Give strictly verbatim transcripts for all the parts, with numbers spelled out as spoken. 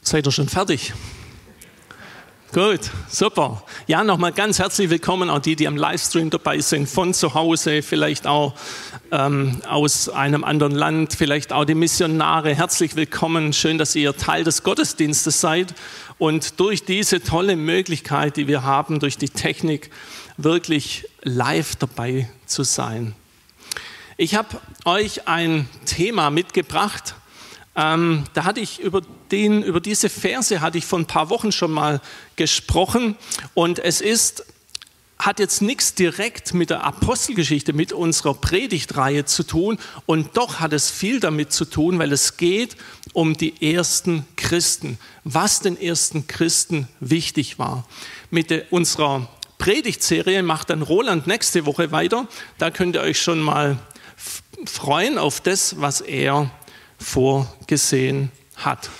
Seid ihr schon fertig? Gut, super. Ja, nochmal ganz herzlich willkommen, auch die, die am Livestream dabei sind, von zu Hause, vielleicht auch ähm, aus einem anderen Land, vielleicht auch die Missionare. Herzlich willkommen, schön, dass ihr Teil des Gottesdienstes seid und durch diese tolle Möglichkeit, die wir haben, durch die Technik, wirklich live dabei zu sein. Ich habe euch ein Thema mitgebracht. Ähm, da hatte ich über, den, über diese Verse hatte ich vor ein paar Wochen schon mal gesprochen und es ist, hat jetzt nichts direkt mit der Apostelgeschichte, mit unserer Predigtreihe zu tun und doch hat es viel damit zu tun, weil es geht um die ersten Christen, was den ersten Christen wichtig war. Mit der, unserer Predigtserie macht dann Roland nächste Woche weiter, da könnt ihr euch schon mal freuen auf das, was er vorgesehen hat.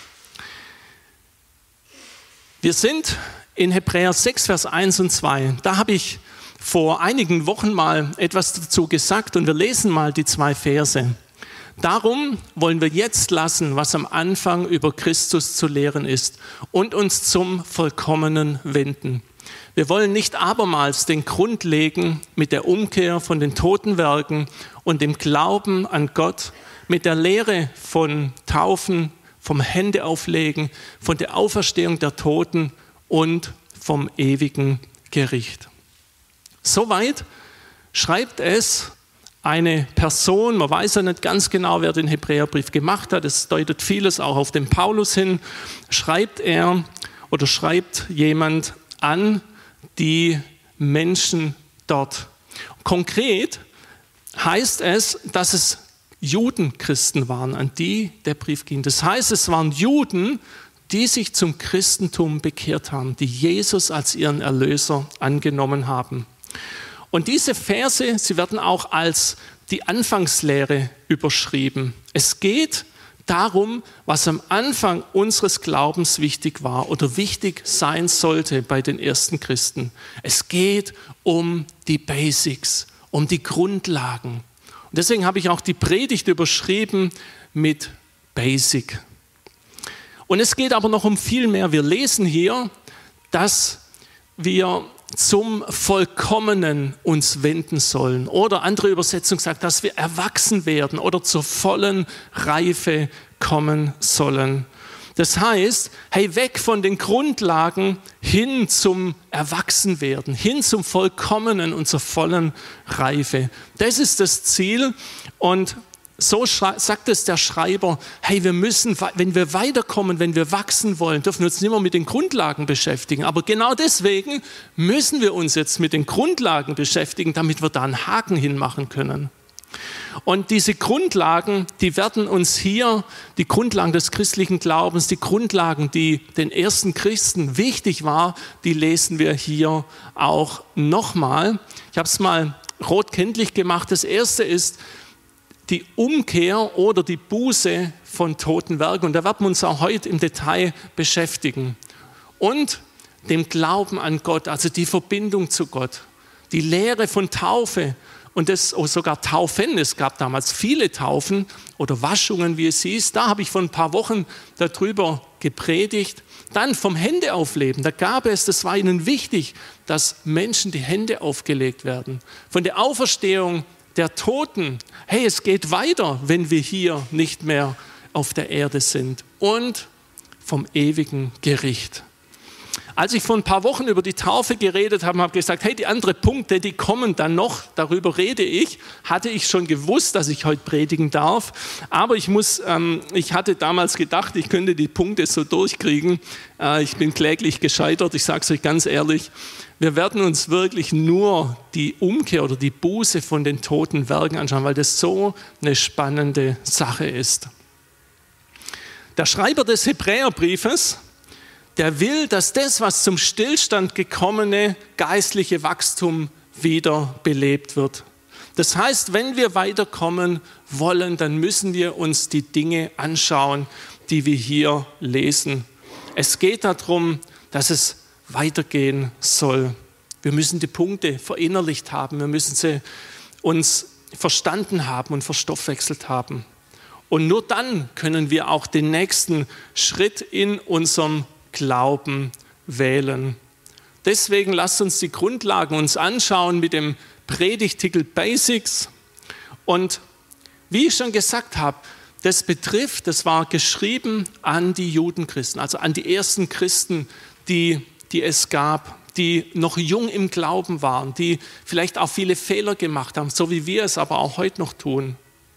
Wir sind in Hebräer sechs, Vers eins und zwei. Da habe ich vor einigen Wochen mal etwas dazu gesagt und wir lesen mal die zwei Verse. Darum wollen wir jetzt lassen, was am Anfang über Christus zu lehren ist und uns zum Vollkommenen wenden. Wir wollen nicht abermals den Grund legen mit der Umkehr von den toten Werken und dem Glauben an Gott, mit der Lehre von Taufen, vom Händeauflegen, von der Auferstehung der Toten und vom ewigen Gericht. Soweit schreibt es eine Person, man weiß ja nicht ganz genau, wer den Hebräerbrief gemacht hat, es deutet vieles auch auf den Paulus hin, schreibt er oder schreibt jemand an die Menschen dort. Konkret heißt es, dass es Judenchristen waren, an die der Brief ging. Das heißt, es waren Juden, die sich zum Christentum bekehrt haben, die Jesus als ihren Erlöser angenommen haben. Und diese Verse, sie werden auch als die Anfangslehre überschrieben. Es geht darum, was am Anfang unseres Glaubens wichtig war oder wichtig sein sollte bei den ersten Christen. Es geht um die Basics, um die Grundlagen. Und deswegen habe ich auch die Predigt überschrieben mit Basic. Und es geht aber noch um viel mehr. Wir lesen hier, dass wir zum Vollkommenen uns wenden sollen. Oder andere Übersetzung sagt, dass wir erwachsen werden oder zur vollen Reife kommen sollen. Das heißt, hey, weg von den Grundlagen hin zum Erwachsenwerden, hin zum Vollkommenen und zur vollen Reife. Das ist das Ziel und so sagt es der Schreiber, hey, wir müssen, wenn wir weiterkommen, wenn wir wachsen wollen, dürfen wir uns nicht mehr mit den Grundlagen beschäftigen. Aber genau deswegen müssen wir uns jetzt mit den Grundlagen beschäftigen, damit wir da einen Haken hinmachen können. Und diese Grundlagen, die werden uns hier, die Grundlagen des christlichen Glaubens, die Grundlagen, die den ersten Christen wichtig war, die lesen wir hier auch nochmal. Ich habe es mal rot kenntlich gemacht. Das erste ist die Umkehr oder die Buße von toten Werken. Und da werden wir uns auch heute im Detail beschäftigen. Und dem Glauben an Gott, also die Verbindung zu Gott, die Lehre von Taufe. Und das sogar Taufen, es gab damals viele Taufen oder Waschungen, wie es hieß. Da habe ich vor ein paar Wochen darüber gepredigt. Dann vom Händeauflegen, da gab es, das war ihnen wichtig, dass Menschen die Hände aufgelegt werden. Von der Auferstehung der Toten, hey, es geht weiter, wenn wir hier nicht mehr auf der Erde sind. Und vom ewigen Gericht. Als ich vor ein paar Wochen über die Taufe geredet habe, habe ich gesagt, hey, die anderen Punkte, die kommen dann noch, darüber rede ich. Hatte ich schon gewusst, dass ich heute predigen darf, aber ich muss, ähm, ich hatte damals gedacht, ich könnte die Punkte so durchkriegen. Äh, ich bin kläglich gescheitert, ich sage es euch ganz ehrlich. Wir werden uns wirklich nur die Umkehr oder die Buße von den toten Werken anschauen, weil das so eine spannende Sache ist. Der Schreiber des Hebräerbriefes, der will, dass das, was zum Stillstand gekommene geistliche Wachstum wieder belebt wird. Das heißt, wenn wir weiterkommen wollen, dann müssen wir uns die Dinge anschauen, die wir hier lesen. Es geht darum, dass es weitergehen soll. Wir müssen die Punkte verinnerlicht haben, wir müssen sie uns verstanden haben und verstoffwechselt haben. Und nur dann können wir auch den nächsten Schritt in unserem Glauben wählen. Deswegen lasst uns die Grundlagen uns anschauen mit dem Predigtitel Basics. Und wie ich schon gesagt habe, das betrifft, das war geschrieben an die Judenchristen, also an die ersten Christen, die, die es gab, die noch jung im Glauben waren, die vielleicht auch viele Fehler gemacht haben, so wie wir es aber auch heute noch tun.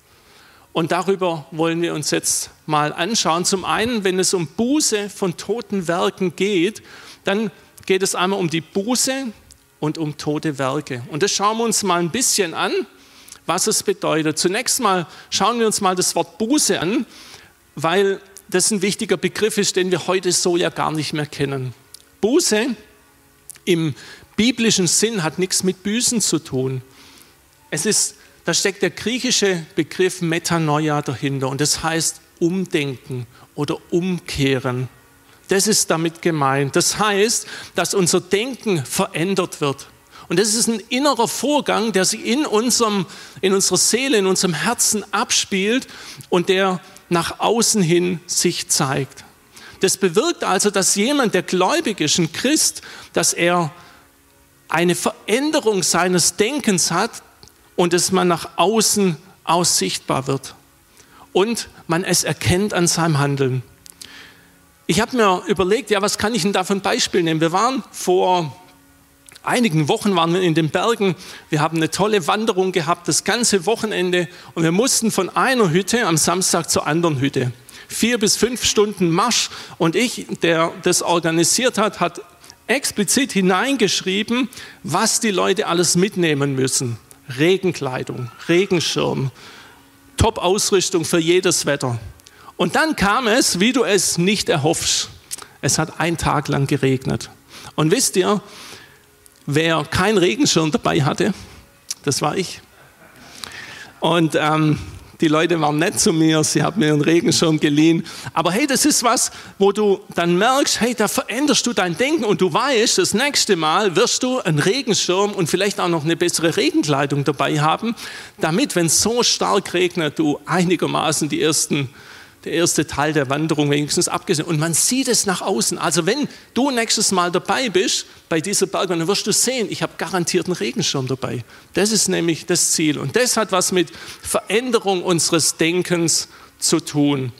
Und darüber wollen wir uns jetzt mal anschauen. Zum einen, wenn es um Buße von toten Werken geht, dann geht es einmal um die Buße und um tote Werke. Und das schauen wir uns mal ein bisschen an, was es bedeutet. Zunächst mal schauen wir uns mal das Wort Buße an, weil das ein wichtiger Begriff ist, den wir heute so ja gar nicht mehr kennen. Buße im biblischen Sinn hat nichts mit Büßen zu tun. Es ist Da steckt der griechische Begriff Metanoia dahinter und das heißt umdenken oder umkehren. Das ist damit gemeint. Das heißt, dass unser Denken verändert wird. Und das ist ein innerer Vorgang, der sich in, unserem, in unserer Seele, in unserem Herzen abspielt und der nach außen hin sich zeigt. Das bewirkt also, dass jemand, der gläubig ist, ein Christ, dass er eine Veränderung seines Denkens hat, und dass man nach außen aus sichtbar wird und man es erkennt an seinem Handeln. Ich habe mir überlegt, ja, was kann ich denn da für ein Beispiel nehmen? Wir waren vor einigen Wochen waren wir in den Bergen, wir haben eine tolle Wanderung gehabt, das ganze Wochenende und wir mussten von einer Hütte am Samstag zur anderen Hütte. Vier bis fünf Stunden Marsch und ich, der das organisiert hat, hat explizit hineingeschrieben, was die Leute alles mitnehmen müssen. Regenkleidung, Regenschirm, Top-Ausrüstung für jedes Wetter. Und dann kam es, wie du es nicht erhoffst. Es hat einen Tag lang geregnet. Und wisst ihr, wer keinen Regenschirm dabei hatte? Das war ich. Und ähm, die Leute waren nett zu mir, sie haben mir einen Regenschirm geliehen. Aber hey, das ist was, wo du dann merkst, hey, da veränderst du dein Denken und du weißt, das nächste Mal wirst du einen Regenschirm und vielleicht auch noch eine bessere Regenkleidung dabei haben, damit, wenn es so stark regnet, du einigermaßen die ersten, der erste Teil der Wanderung wenigstens abgesehen. Und man sieht es nach außen. Also wenn du nächstes Mal dabei bist bei dieser Bergung, dann wirst du sehen, ich habe garantiert einen Regenschirm dabei. Das ist nämlich das Ziel. Und das hat was mit Veränderung unseres Denkens zu tun.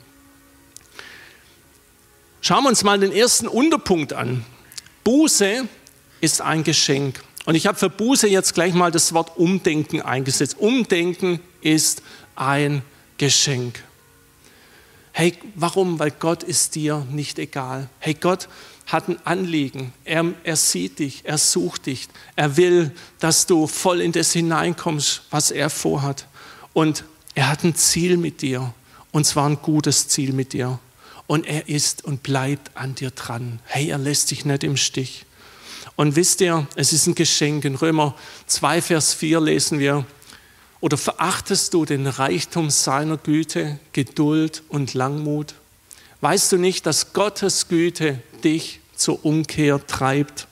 Schauen wir uns mal den ersten Unterpunkt an. Buße ist ein Geschenk. Und ich habe für Buße jetzt gleich mal das Wort Umdenken eingesetzt. Umdenken ist ein Geschenk. Hey, warum? Weil Gott ist dir nicht egal. Hey, Gott hat ein Anliegen. Er, er sieht dich, er sucht dich. Er will, dass du voll in das hineinkommst, was er vorhat. Und er hat ein Ziel mit dir. Und zwar ein gutes Ziel mit dir. Und er ist und bleibt an dir dran. Hey, er lässt dich nicht im Stich. Und wisst ihr, es ist ein Geschenk. In Römer zwei, Vers vier lesen wir, oder verachtest du den Reichtum seiner Güte, Geduld und Langmut? Weißt du nicht, dass Gottes Güte dich zur Umkehr treibt?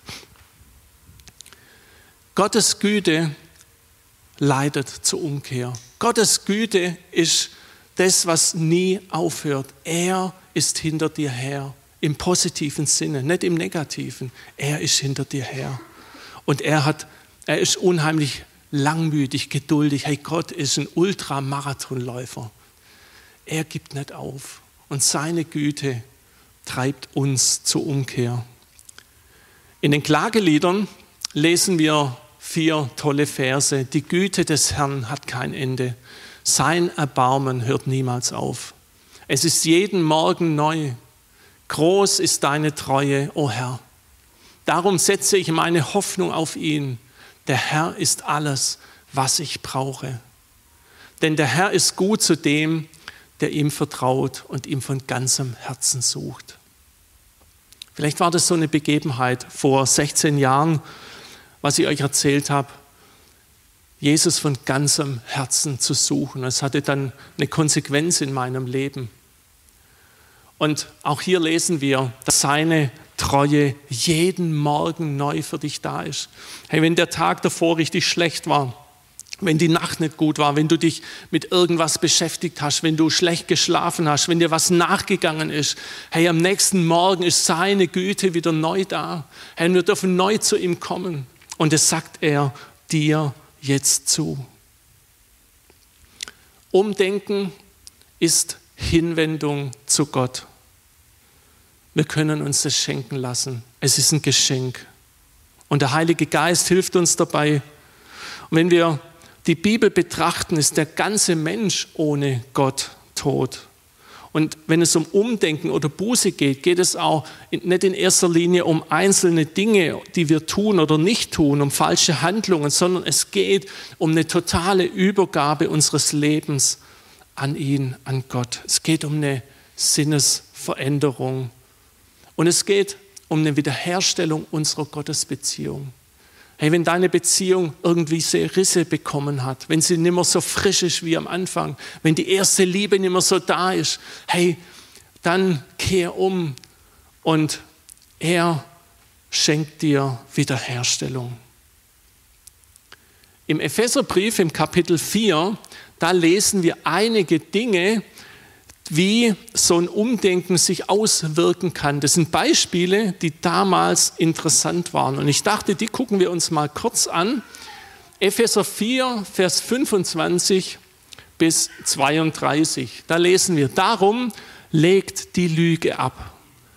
Gottes Güte leitet zur Umkehr. Gottes Güte ist das, was nie aufhört. Er ist hinter dir her, im positiven Sinne, nicht im negativen. Er ist hinter dir her. Und er, hat, er ist unheimlich langmütig, geduldig. Hey, Gott ist ein Ultramarathonläufer. Er gibt nicht auf. Und seine Güte treibt uns zur Umkehr. In den Klageliedern lesen wir vier tolle Verse. Die Güte des Herrn hat kein Ende. Sein Erbarmen hört niemals auf. Es ist jeden Morgen neu. Groß ist deine Treue, o Herr. Darum setze ich meine Hoffnung auf ihn. Der Herr ist alles, was ich brauche. Denn der Herr ist gut zu dem, der ihm vertraut und ihm von ganzem Herzen sucht. Vielleicht war das so eine Begebenheit vor sechzehn Jahren, was ich euch erzählt habe, Jesus von ganzem Herzen zu suchen. Es hatte dann eine Konsequenz in meinem Leben. Und auch hier lesen wir, dass seine Treue jeden Morgen neu für dich da ist. Hey, wenn der Tag davor richtig schlecht war, wenn die Nacht nicht gut war, wenn du dich mit irgendwas beschäftigt hast, wenn du schlecht geschlafen hast, wenn dir was nachgegangen ist. Hey, am nächsten Morgen ist seine Güte wieder neu da. Hey, wir dürfen neu zu ihm kommen. Und das sagt er dir jetzt zu. Umdenken ist Hinwendung zu Gott. Wir können uns das schenken lassen. Es ist ein Geschenk. Und der Heilige Geist hilft uns dabei. Und wenn wir die Bibel betrachten, ist der ganze Mensch ohne Gott tot. Und wenn es um Umdenken oder Buße geht, geht es auch nicht in erster Linie um einzelne Dinge, die wir tun oder nicht tun, um falsche Handlungen, sondern es geht um eine totale Übergabe unseres Lebens an ihn, an Gott. Es geht um eine Sinnesveränderung. Und es geht um eine Wiederherstellung unserer Gottesbeziehung. Hey, wenn deine Beziehung irgendwie sehr Risse bekommen hat, wenn sie nicht mehr so frisch ist wie am Anfang, wenn die erste Liebe nicht mehr so da ist, hey, dann kehr um und er schenkt dir Wiederherstellung. Im Epheserbrief, im Kapitel vier, da lesen wir einige Dinge, wie so ein Umdenken sich auswirken kann. Das sind Beispiele, die damals interessant waren. Und ich dachte, die gucken wir uns mal kurz an. Epheser vier, Vers fünfundzwanzig bis zweiunddreißig. Da lesen wir, darum legt die Lüge ab.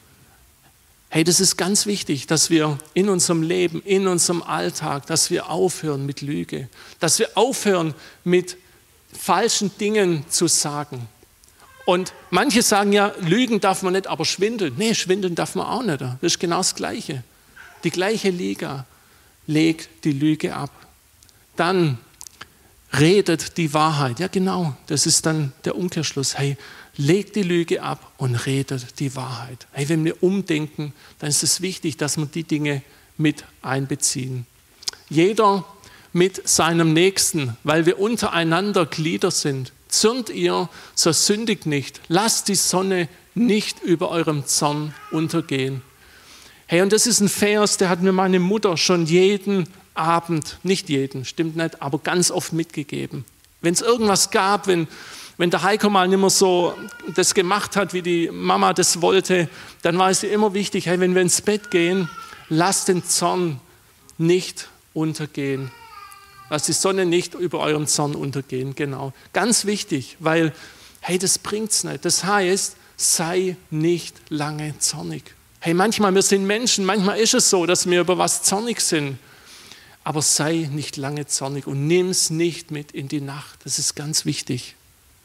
Hey, das ist ganz wichtig, dass wir in unserem Leben, in unserem Alltag, dass wir aufhören mit Lüge. Dass wir aufhören mit falschen Dingen zu sagen. Und manche sagen ja, lügen darf man nicht, aber schwindeln. Nee, schwindeln darf man auch nicht. Das ist genau das Gleiche. Die gleiche Liga. Legt die Lüge ab. Dann redet die Wahrheit. Ja genau, das ist dann der Umkehrschluss. Hey, legt die Lüge ab und redet die Wahrheit. Hey, wenn wir umdenken, dann ist es wichtig, dass wir die Dinge mit einbeziehen. Jeder mit seinem Nächsten, weil wir untereinander Glieder sind. Zürnt ihr, so sündigt nicht. Lasst die Sonne nicht über eurem Zorn untergehen. Hey, und das ist ein Vers, der hat mir meine Mutter schon jeden Abend, nicht jeden, stimmt nicht, aber ganz oft mitgegeben. Wenn es irgendwas gab, wenn, wenn der Heiko mal nicht mehr so das gemacht hat, wie die Mama das wollte, dann war es ihr immer wichtig, hey, wenn wir ins Bett gehen, lasst den Zorn nicht untergehen. Lasst die Sonne nicht über eurem Zorn untergehen, genau. Ganz wichtig, weil, hey, das bringt's nicht. Das heißt, sei nicht lange zornig. Hey, manchmal, wir sind Menschen, manchmal ist es so, dass wir über was zornig sind. Aber sei nicht lange zornig und nimm's nicht mit in die Nacht. Das ist ganz wichtig.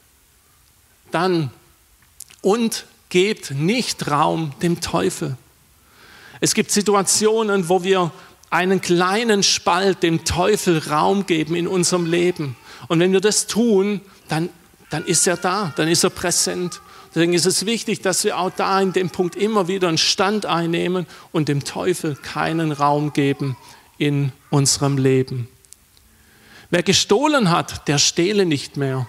Dann, und gebt nicht Raum dem Teufel. Es gibt Situationen, wo wir einen kleinen Spalt dem Teufel Raum geben in unserem Leben. Und wenn wir das tun, dann, dann ist er da, dann ist er präsent. Deswegen ist es wichtig, dass wir auch da in dem Punkt immer wieder einen Stand einnehmen und dem Teufel keinen Raum geben in unserem Leben. Wer gestohlen hat, der stehle nicht mehr.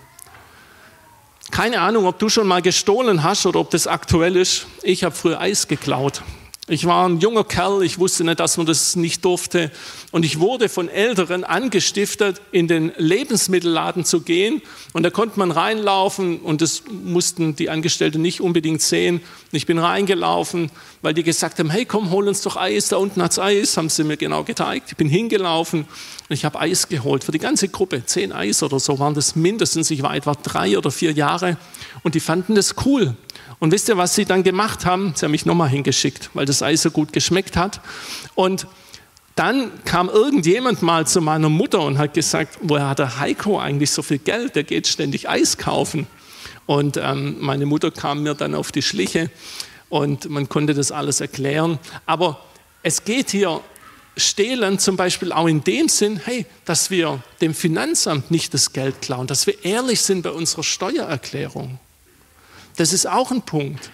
Keine Ahnung, ob du schon mal gestohlen hast oder ob das aktuell ist. Ich habe früher Eis geklaut. Ich war ein junger Kerl, ich wusste nicht, dass man das nicht durfte. Und ich wurde von Älteren angestiftet, in den Lebensmittelladen zu gehen. Und da konnte man reinlaufen und das mussten die Angestellten nicht unbedingt sehen. Und ich bin reingelaufen, weil die gesagt haben, hey komm, hol uns doch Eis, da unten hat's Eis, haben sie mir genau gezeigt. Ich bin hingelaufen und ich habe Eis geholt für die ganze Gruppe. Zehn Eis oder so waren das mindestens. Ich war etwa drei oder vier Jahre und die fanden das cool. Und wisst ihr, was sie dann gemacht haben? Sie haben mich nochmal hingeschickt, weil das Eis so gut geschmeckt hat. Und dann kam irgendjemand mal zu meiner Mutter und hat gesagt, woher hat der Heiko eigentlich so viel Geld? Der geht ständig Eis kaufen. Und ähm, meine Mutter kam mir dann auf die Schliche und man konnte das alles erklären. Aber es geht hier stehlen zum Beispiel auch in dem Sinn, hey, dass wir dem Finanzamt nicht das Geld klauen, dass wir ehrlich sind bei unserer Steuererklärung. Das ist auch ein Punkt.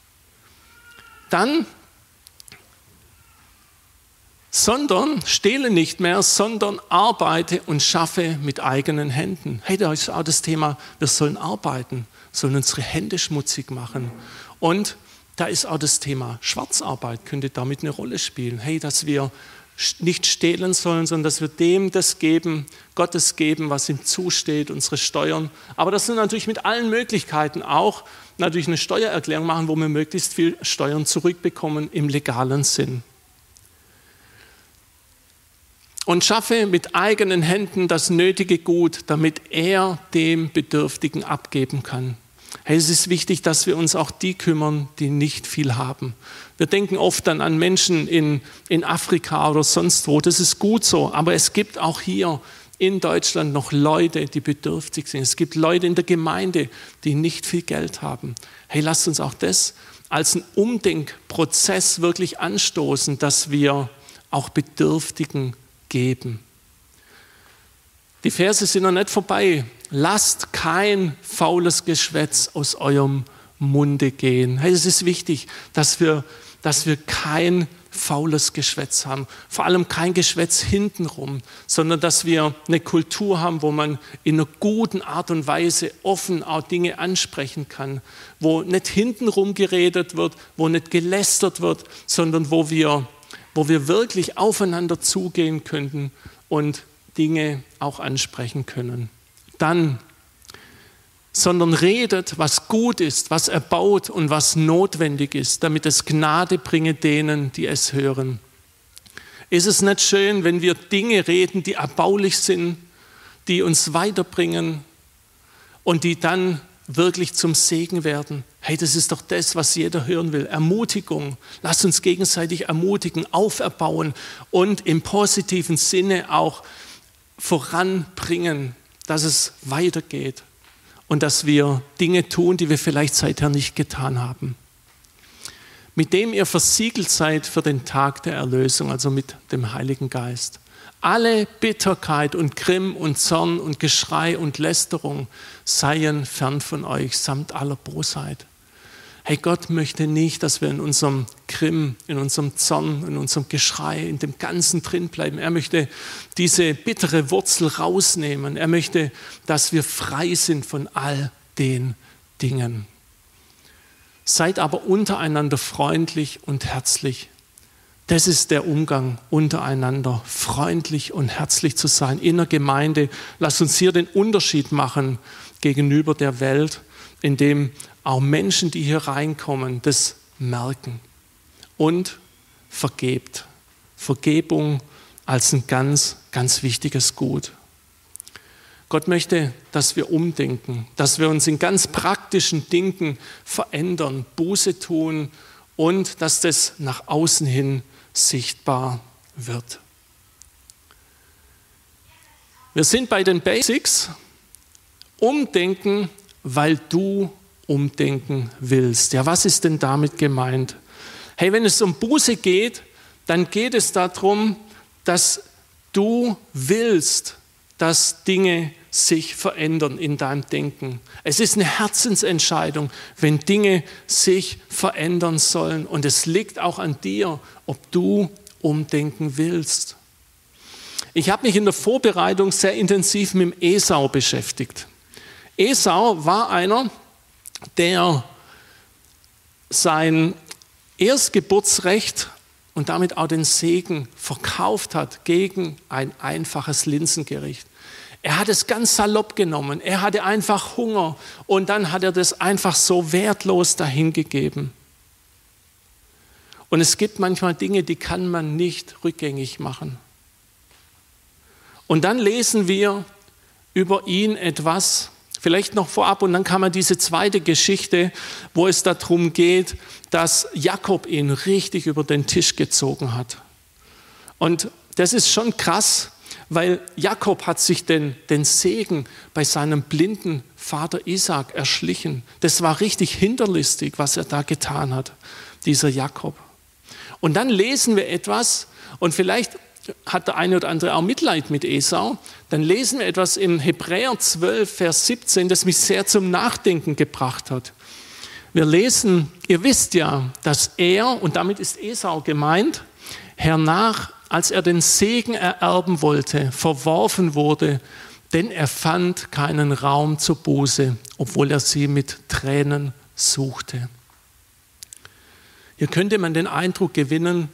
Dann, sondern, stehle nicht mehr, sondern arbeite und schaffe mit eigenen Händen. Hey, da ist auch das Thema, wir sollen arbeiten, sollen unsere Hände schmutzig machen. Und da ist auch das Thema Schwarzarbeit, könnte damit eine Rolle spielen. Hey, dass wir nicht stehlen sollen, sondern dass wir dem das geben, Gottes geben, was ihm zusteht, unsere Steuern. Aber dass wir natürlich mit allen Möglichkeiten auch natürlich eine Steuererklärung machen, wo wir möglichst viel Steuern zurückbekommen im legalen Sinn. Und schaffe mit eigenen Händen das nötige Gut, damit er dem Bedürftigen abgeben kann. Hey, es ist wichtig, dass wir uns auch die kümmern, die nicht viel haben. Wir denken oft dann an Menschen in, in Afrika oder sonst wo. Das ist gut so, aber es gibt auch hier in Deutschland noch Leute, die bedürftig sind. Es gibt Leute in der Gemeinde, die nicht viel Geld haben. Hey, lasst uns auch das als einen Umdenkprozess wirklich anstoßen, dass wir auch Bedürftigen geben. Die Verse sind noch nicht vorbei. Lasst kein faules Geschwätz aus eurem Munde gehen. Hey, es ist wichtig, dass wir, dass wir kein faules Geschwätz haben. Vor allem kein Geschwätz hintenrum, sondern dass wir eine Kultur haben, wo man in einer guten Art und Weise offen auch Dinge ansprechen kann, wo nicht hintenrum geredet wird, wo nicht gelästert wird, sondern wo wir, wo wir wirklich aufeinander zugehen könnten und Dinge auch ansprechen können. Dann, sondern redet, was gut ist, was erbaut und was notwendig ist, damit es Gnade bringe denen, die es hören. Ist es nicht schön, wenn wir Dinge reden, die erbaulich sind, die uns weiterbringen und die dann wirklich zum Segen werden? Hey, das ist doch das, was jeder hören will. Ermutigung. Lasst uns gegenseitig ermutigen, auferbauen und im positiven Sinne auch voranbringen, dass es weitergeht und dass wir Dinge tun, die wir vielleicht seither nicht getan haben. Mit dem ihr versiegelt seid für den Tag der Erlösung, also mit dem Heiligen Geist. Alle Bitterkeit und Grimm und Zorn und Geschrei und Lästerung seien fern von euch, samt aller Bosheit. Hey, Gott möchte nicht, dass wir in unserem Grimm, in unserem Zorn, in unserem Geschrei, in dem Ganzen drin bleiben. Er möchte diese bittere Wurzel rausnehmen. Er möchte, dass wir frei sind von all den Dingen. Seid aber untereinander freundlich und herzlich. Das ist der Umgang untereinander, freundlich und herzlich zu sein in der Gemeinde. Lasst uns hier den Unterschied machen gegenüber der Welt, indem auch Menschen, die hier reinkommen, das merken. Und vergebt. Vergebung als ein ganz, ganz wichtiges Gut. Gott möchte, dass wir umdenken, dass wir uns in ganz praktischen Dingen verändern, Buße tun und dass das nach außen hin sichtbar wird. Wir sind bei den Basics. Umdenken, weil du umdenken willst. Ja, was ist denn damit gemeint? Hey, wenn es um Buße geht, dann geht es darum, dass du willst, dass Dinge sich verändern in deinem Denken. Es ist eine Herzensentscheidung, wenn Dinge sich verändern sollen. Und es liegt auch an dir, ob du umdenken willst. Ich habe mich in der Vorbereitung sehr intensiv mit dem Esau beschäftigt. Esau war einer, der sein Erstgeburtsrecht und damit auch den Segen verkauft hat gegen ein einfaches Linsengericht. Er hat es ganz salopp genommen, er hatte einfach Hunger und dann hat er das einfach so wertlos dahingegeben. Und es gibt manchmal Dinge, die kann man nicht rückgängig machen. Und dann lesen wir über ihn etwas, vielleicht noch vorab, und dann kann man diese zweite Geschichte, wo es darum geht, dass Jakob ihn richtig über den Tisch gezogen hat. Und das ist schon krass, weil Jakob hat sich den, den Segen bei seinem blinden Vater Isaak erschlichen. Das war richtig hinterlistig, was er da getan hat, dieser Jakob. Und dann lesen wir etwas, und vielleicht hat der eine oder andere auch Mitleid mit Esau, dann lesen wir etwas im Hebräer zwölf, Vers siebzehn, das mich sehr zum Nachdenken gebracht hat. Wir lesen, ihr wisst ja, dass er, und damit ist Esau gemeint, hernach, als er den Segen ererben wollte, verworfen wurde, denn er fand keinen Raum zur Buße, obwohl er sie mit Tränen suchte. Hier könnte man den Eindruck gewinnen,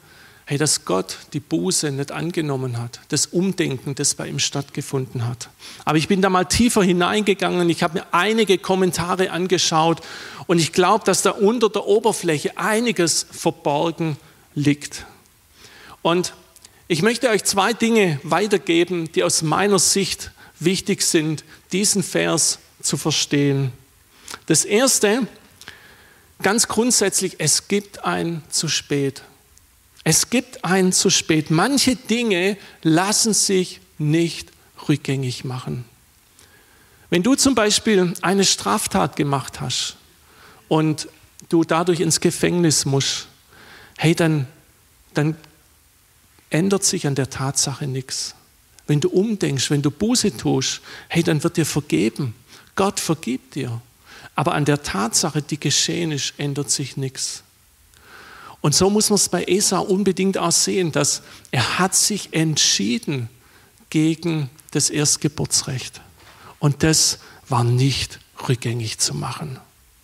hey, dass Gott die Buße nicht angenommen hat, das Umdenken, das bei ihm stattgefunden hat. Aber ich bin da mal tiefer hineingegangen, ich habe mir einige Kommentare angeschaut und ich glaube, dass da unter der Oberfläche einiges verborgen liegt. Und ich möchte euch zwei Dinge weitergeben, die aus meiner Sicht wichtig sind, diesen Vers zu verstehen. Das erste, ganz grundsätzlich, es gibt ein zu spät. Es gibt ein zu spät. Manche Dinge lassen sich nicht rückgängig machen. Wenn du zum Beispiel eine Straftat gemacht hast und du dadurch ins Gefängnis musst, hey, dann, dann ändert sich an der Tatsache nichts. Wenn du umdenkst, wenn du Buße tust, hey, dann wird dir vergeben. Gott vergibt dir. Aber an der Tatsache, die geschehen ist, ändert sich nichts. Und so muss man es bei Esau unbedingt auch sehen, dass er hat sich entschieden gegen das Erstgeburtsrecht. Und das war nicht rückgängig zu machen.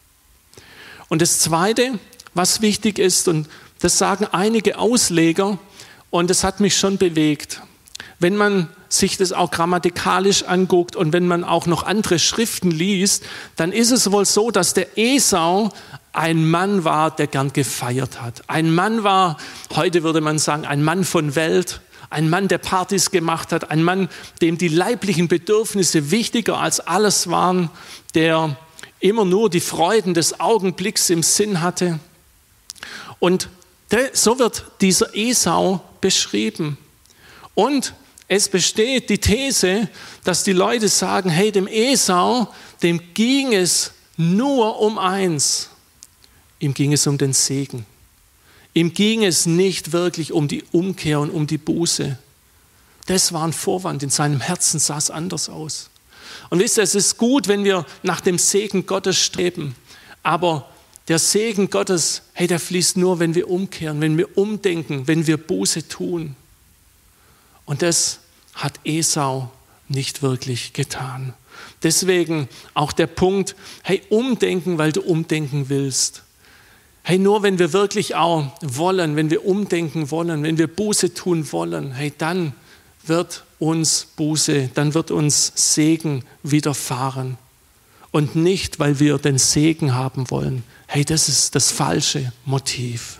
Und das Zweite, was wichtig ist, und das sagen einige Ausleger, und das hat mich schon bewegt, wenn man sich das auch grammatikalisch anguckt und wenn man auch noch andere Schriften liest, dann ist es wohl so, dass der Esau ein Mann war, der gern gefeiert hat. Ein Mann war, heute würde man sagen, ein Mann von Welt, ein Mann, der Partys gemacht hat, ein Mann, dem die leiblichen Bedürfnisse wichtiger als alles waren, der immer nur die Freuden des Augenblicks im Sinn hatte. Und so wird dieser Esau beschrieben. Und es besteht die These, dass die Leute sagen, hey, dem Esau, dem ging es nur um eins. Ihm ging es um den Segen. Ihm ging es nicht wirklich um die Umkehr und um die Buße. Das war ein Vorwand, in seinem Herzen sah es anders aus. Und wisst ihr, es ist gut, wenn wir nach dem Segen Gottes streben, aber der Segen Gottes, hey, der fließt nur, wenn wir umkehren, wenn wir umdenken, wenn wir Buße tun. Und das hat Esau nicht wirklich getan. Deswegen auch der Punkt, hey, umdenken, weil du umdenken willst. Hey, nur wenn wir wirklich auch wollen, wenn wir umdenken wollen, wenn wir Buße tun wollen, hey, dann wird uns Buße, dann wird uns Segen widerfahren. Und nicht, weil wir den Segen haben wollen. Hey, das ist das falsche Motiv.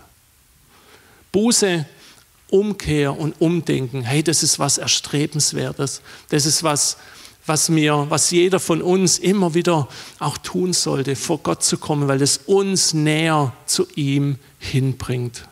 Buße, Umkehr und Umdenken, hey, das ist was Erstrebenswertes. Das ist was, was mir, was jeder von uns immer wieder auch tun sollte, vor Gott zu kommen, weil es uns näher zu ihm hinbringt.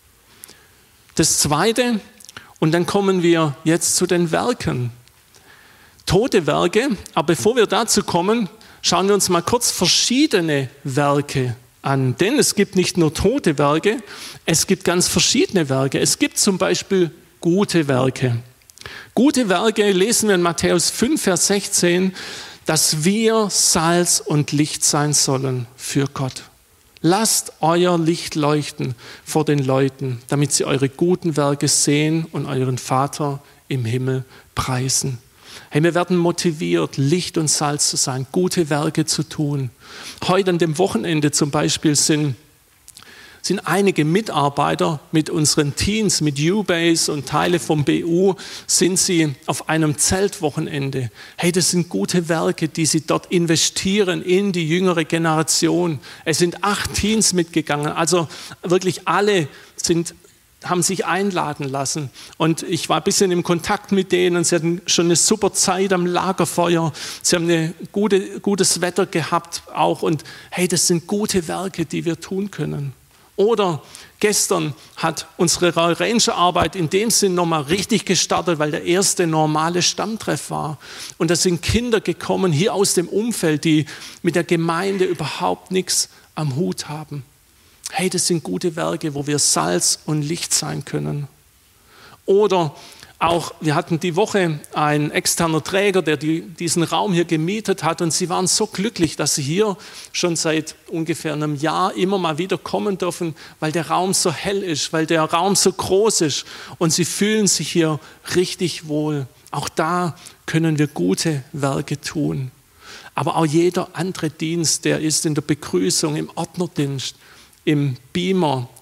Das Zweite, und dann kommen wir jetzt zu den Werken. Tote Werke, aber bevor wir dazu kommen, schauen wir uns mal kurz verschiedene Werke an. Denn es gibt nicht nur tote Werke, es gibt ganz verschiedene Werke. Es gibt zum Beispiel gute Werke. Gute Werke lesen wir in Matthäus fünf, Vers sechzehn, dass wir Salz und Licht sein sollen für Gott. Lasst euer Licht leuchten vor den Leuten, damit sie eure guten Werke sehen und euren Vater im Himmel preisen. Hey, wir werden motiviert, Licht und Salz zu sein, gute Werke zu tun. Heute an dem Wochenende zum Beispiel sind, sind einige Mitarbeiter mit unseren Teens, mit U-Base und Teile vom B U, sind sie auf einem Zeltwochenende. Hey, das sind gute Werke, die sie dort investieren in die jüngere Generation. Es sind acht Teens mitgegangen, also wirklich alle sind haben sich einladen lassen. Und ich war ein bisschen im Kontakt mit denen. Sie hatten schon eine super Zeit am Lagerfeuer. Sie haben ein gute, gutes Wetter gehabt auch. Und hey, das sind gute Werke, die wir tun können. Oder gestern hat unsere Ranger-Arbeit in dem Sinn nochmal richtig gestartet, weil der erste normale Stammtreff war. Und da sind Kinder gekommen hier aus dem Umfeld, die mit der Gemeinde überhaupt nichts am Hut haben. Hey, das sind gute Werke, wo wir Salz und Licht sein können. Oder auch, wir hatten die Woche einen externen Träger, der die, diesen Raum hier gemietet hat und sie waren so glücklich, dass sie hier schon seit ungefähr einem Jahr immer mal wieder kommen dürfen, weil der Raum so hell ist, weil der Raum so groß ist und sie fühlen sich hier richtig wohl. Auch da können wir gute Werke tun. Aber auch jeder andere Dienst, der ist in der Begrüßung, im Ordnerdienst, im Beamer,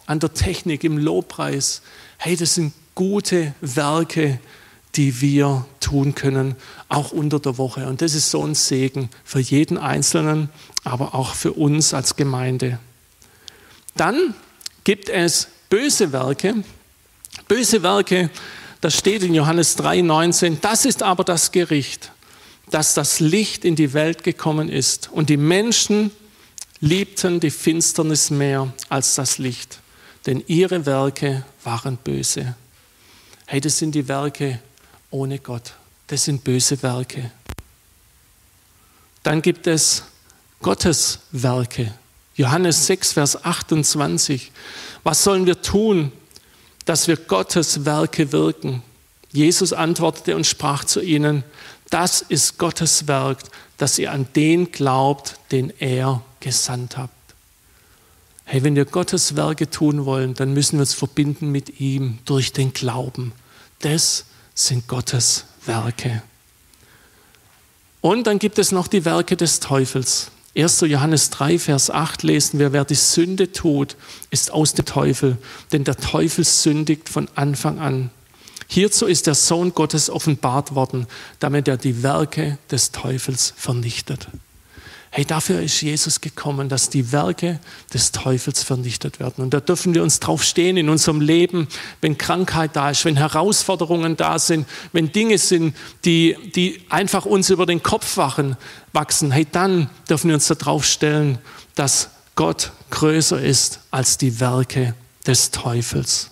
an der Technik, im Lobpreis. Hey, das sind gute Werke, die wir tun können, auch unter der Woche. Und das ist so ein Segen für jeden Einzelnen, aber auch für uns als Gemeinde. Dann gibt es böse Werke. Böse Werke, das steht in Johannes drei neunzehn, das ist aber das Gericht, dass das Licht in die Welt gekommen ist und die Menschen liebten die Finsternis mehr als das Licht, denn ihre Werke waren böse. Hey, das sind die Werke ohne Gott. Das sind böse Werke. Dann gibt es Gottes Werke. Johannes sechs, Vers achtundzwanzig. Was sollen wir tun, dass wir Gottes Werke wirken? Jesus antwortete und sprach zu ihnen, das ist Gottes Werk, dass ihr an den glaubt, den er gesandt hat. Hey, wenn wir Gottes Werke tun wollen, dann müssen wir uns verbinden mit ihm durch den Glauben. Das sind Gottes Werke. Und dann gibt es noch die Werke des Teufels. erster Johannes drei, Vers acht lesen wir, wer die Sünde tut, ist aus dem Teufel, denn der Teufel sündigt von Anfang an. Hierzu ist der Sohn Gottes offenbart worden, damit er die Werke des Teufels vernichtet. Hey, dafür ist Jesus gekommen, dass die Werke des Teufels vernichtet werden. Und da dürfen wir uns drauf stehen in unserem Leben, wenn Krankheit da ist, wenn Herausforderungen da sind, wenn Dinge sind, die, die einfach uns über den Kopf wachen, wachsen. Hey, dann dürfen wir uns darauf stellen, dass Gott größer ist als die Werke des Teufels.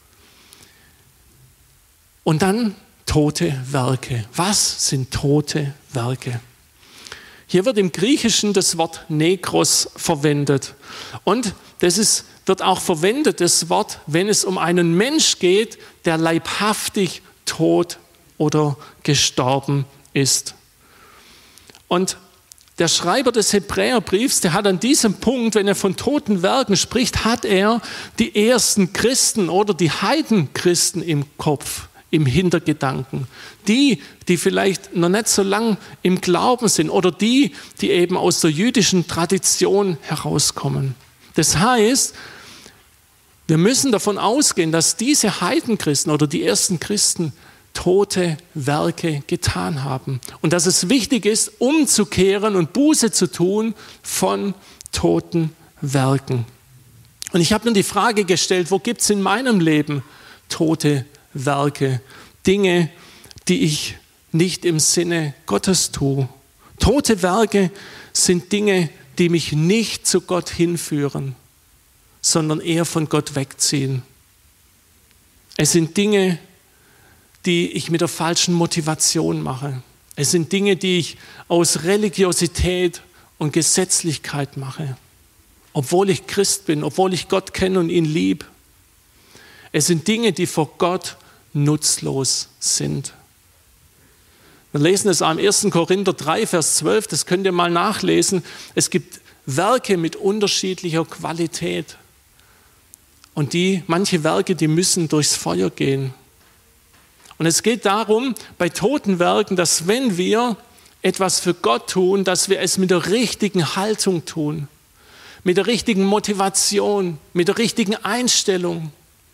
Und dann tote Werke. Was sind tote Werke? Hier wird im Griechischen das Wort Nekros verwendet. Und das ist, wird auch verwendet, das Wort, wenn es um einen Mensch geht, der leibhaftig tot oder gestorben ist. Und der Schreiber des Hebräerbriefs, der hat an diesem Punkt, wenn er von toten Werken spricht, hat er die ersten Christen oder die Heidenchristen im Kopf, im Hintergedanken. Die, die vielleicht noch nicht so lang im Glauben sind oder die, die eben aus der jüdischen Tradition herauskommen. Das heißt, wir müssen davon ausgehen, dass diese Heidenchristen oder die ersten Christen tote Werke getan haben und dass es wichtig ist, umzukehren und Buße zu tun von toten Werken. Und ich habe mir die Frage gestellt, wo gibt es in meinem Leben tote Werke, Dinge, die ich nicht im Sinne Gottes tue. Tote Werke sind Dinge, die mich nicht zu Gott hinführen, sondern eher von Gott wegziehen. Es sind Dinge, die ich mit der falschen Motivation mache. Es sind Dinge, die ich aus Religiosität und Gesetzlichkeit mache, obwohl ich Christ bin, obwohl ich Gott kenne und ihn liebe. Es sind Dinge, die vor Gott nutzlos sind. Wir lesen es am ersten Korinther drei, Vers zwölf, das könnt ihr mal nachlesen. Es gibt Werke mit unterschiedlicher Qualität. Und die, manche Werke, die müssen durchs Feuer gehen. Und es geht darum, bei toten Werken, dass wenn wir etwas für Gott tun, dass wir es mit der richtigen Haltung tun, mit der richtigen Motivation, mit der richtigen Einstellung.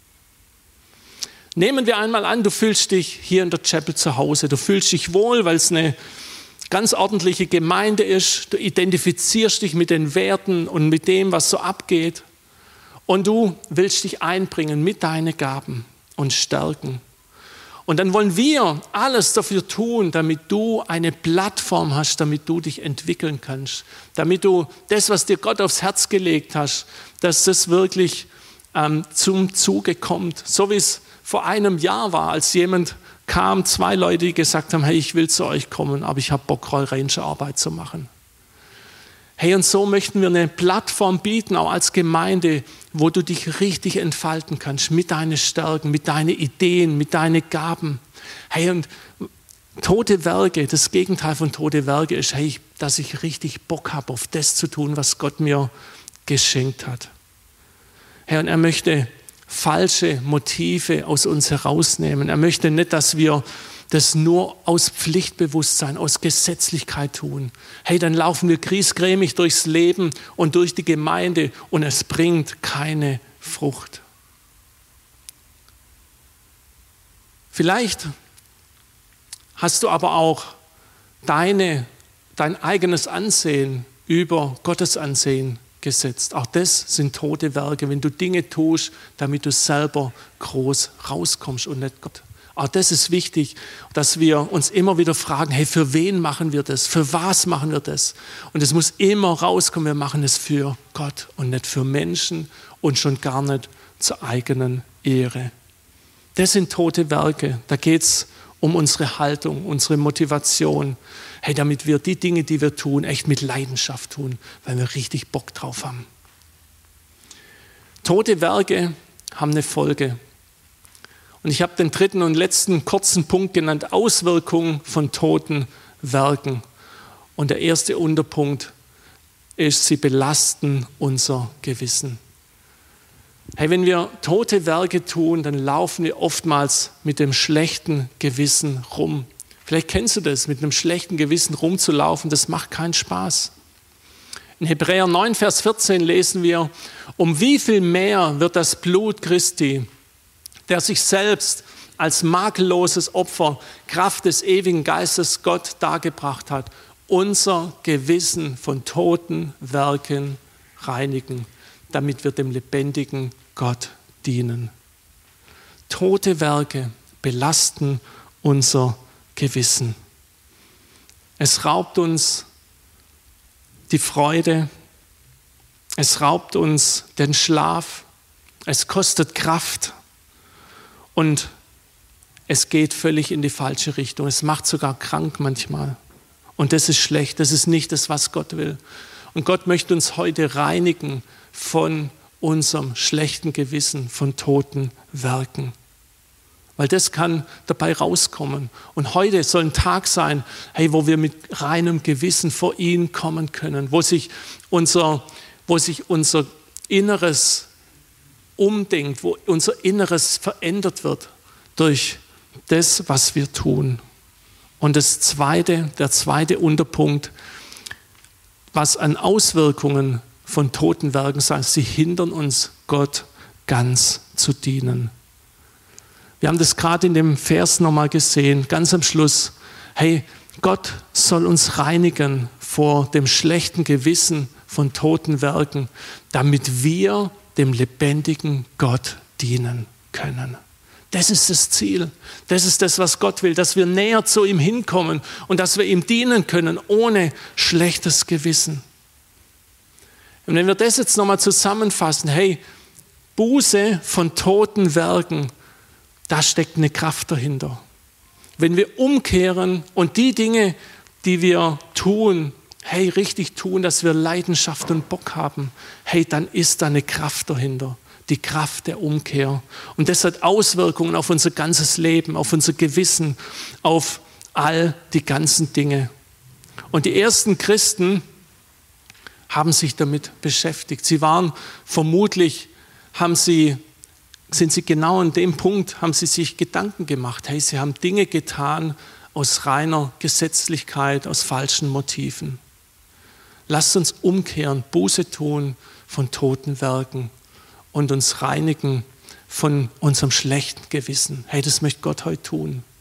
Nehmen wir einmal an, du fühlst dich hier in der Chapel zu Hause, du fühlst dich wohl, weil es eine ganz ordentliche Gemeinde ist, du identifizierst dich mit den Werten und mit dem, was so abgeht und du willst dich einbringen mit deinen Gaben und Stärken. Und dann wollen wir alles dafür tun, damit du eine Plattform hast, damit du dich entwickeln kannst, damit du das, was dir Gott aufs Herz gelegt hast, dass das wirklich ähm, zum Zuge kommt, so wie es vor einem Jahr war, als jemand kam, zwei Leute, die gesagt haben, hey, ich will zu euch kommen, aber ich habe Bock, Ranger-Arbeit zu machen. Hey, und so möchten wir eine Plattform bieten, auch als Gemeinde, wo du dich richtig entfalten kannst, mit deinen Stärken, mit deinen Ideen, mit deinen Gaben. Hey, und tote Werke, das Gegenteil von tote Werke ist, hey, dass ich richtig Bock habe, auf das zu tun, was Gott mir geschenkt hat. Hey, und er möchte falsche Motive aus uns herausnehmen. Er möchte nicht, dass wir das nur aus Pflichtbewusstsein, aus Gesetzlichkeit tun. Hey, dann laufen wir griesgrämig durchs Leben und durch die Gemeinde und es bringt keine Frucht. Vielleicht hast du aber auch deine, dein eigenes Ansehen über Gottes Ansehen gesetzt. Auch das sind tote Werke, wenn du Dinge tust, damit du selber groß rauskommst und nicht Gott. Auch das ist wichtig, dass wir uns immer wieder fragen, hey, für wen machen wir das? Für was machen wir das? Und es muss immer rauskommen, wir machen es für Gott und nicht für Menschen und schon gar nicht zur eigenen Ehre. Das sind tote Werke. Da geht es um unsere Haltung, unsere Motivation. Hey, damit wir die Dinge, die wir tun, echt mit Leidenschaft tun, weil wir richtig Bock drauf haben. Tote Werke haben eine Folge. Und ich habe den dritten und letzten kurzen Punkt genannt, Auswirkungen von toten Werken. Und der erste Unterpunkt ist, sie belasten unser Gewissen. Hey, wenn wir tote Werke tun, dann laufen wir oftmals mit dem schlechten Gewissen rum. Vielleicht kennst du das, mit einem schlechten Gewissen rumzulaufen, das macht keinen Spaß. In Hebräer neun, Vers vierzehn lesen wir, um wie viel mehr wird das Blut Christi, der sich selbst als makelloses Opfer Kraft des ewigen Geistes Gott dargebracht hat, unser Gewissen von toten Werken reinigen, damit wir dem lebendigen Gott dienen. Tote Werke belasten unser Gewissen. Es raubt uns die Freude, es raubt uns den Schlaf, es kostet Kraft. Und es geht völlig in die falsche Richtung. Es macht sogar krank manchmal. Und das ist schlecht. Das ist nicht das, was Gott will. Und Gott möchte uns heute reinigen von unserem schlechten Gewissen, von toten Werken. Weil das kann dabei rauskommen. Und heute soll ein Tag sein, hey, wo wir mit reinem Gewissen vor ihn kommen können. Wo sich unser, wo sich unser Inneres umdenkt, wo unser Inneres verändert wird durch das, was wir tun. Und das zweite, der zweite Unterpunkt, was an Auswirkungen von toten Werken sagt, sie hindern uns, Gott ganz zu dienen. Wir haben das gerade in dem Vers nochmal gesehen, ganz am Schluss. Hey, Gott soll uns reinigen vor dem schlechten Gewissen von toten Werken, damit wir dem lebendigen Gott dienen können. Das ist das Ziel. Das ist das, was Gott will, dass wir näher zu ihm hinkommen und dass wir ihm dienen können, ohne schlechtes Gewissen. Und wenn wir das jetzt nochmal zusammenfassen, hey, Buße von toten Werken, da steckt eine Kraft dahinter. Wenn wir umkehren und die Dinge, die wir tun, hey, richtig tun, dass wir Leidenschaft und Bock haben, hey, dann ist da eine Kraft dahinter, die Kraft der Umkehr. Und das hat Auswirkungen auf unser ganzes Leben, auf unser Gewissen, auf all die ganzen Dinge. Und die ersten Christen haben sich damit beschäftigt. Sie waren vermutlich, haben sie, sind sie genau an dem Punkt, haben sie sich Gedanken gemacht. Hey, sie haben Dinge getan aus reiner Gesetzlichkeit, aus falschen Motiven. Lasst uns umkehren, Buße tun von toten Werken und uns reinigen von unserem schlechten Gewissen. Hey, das möchte Gott heute tun.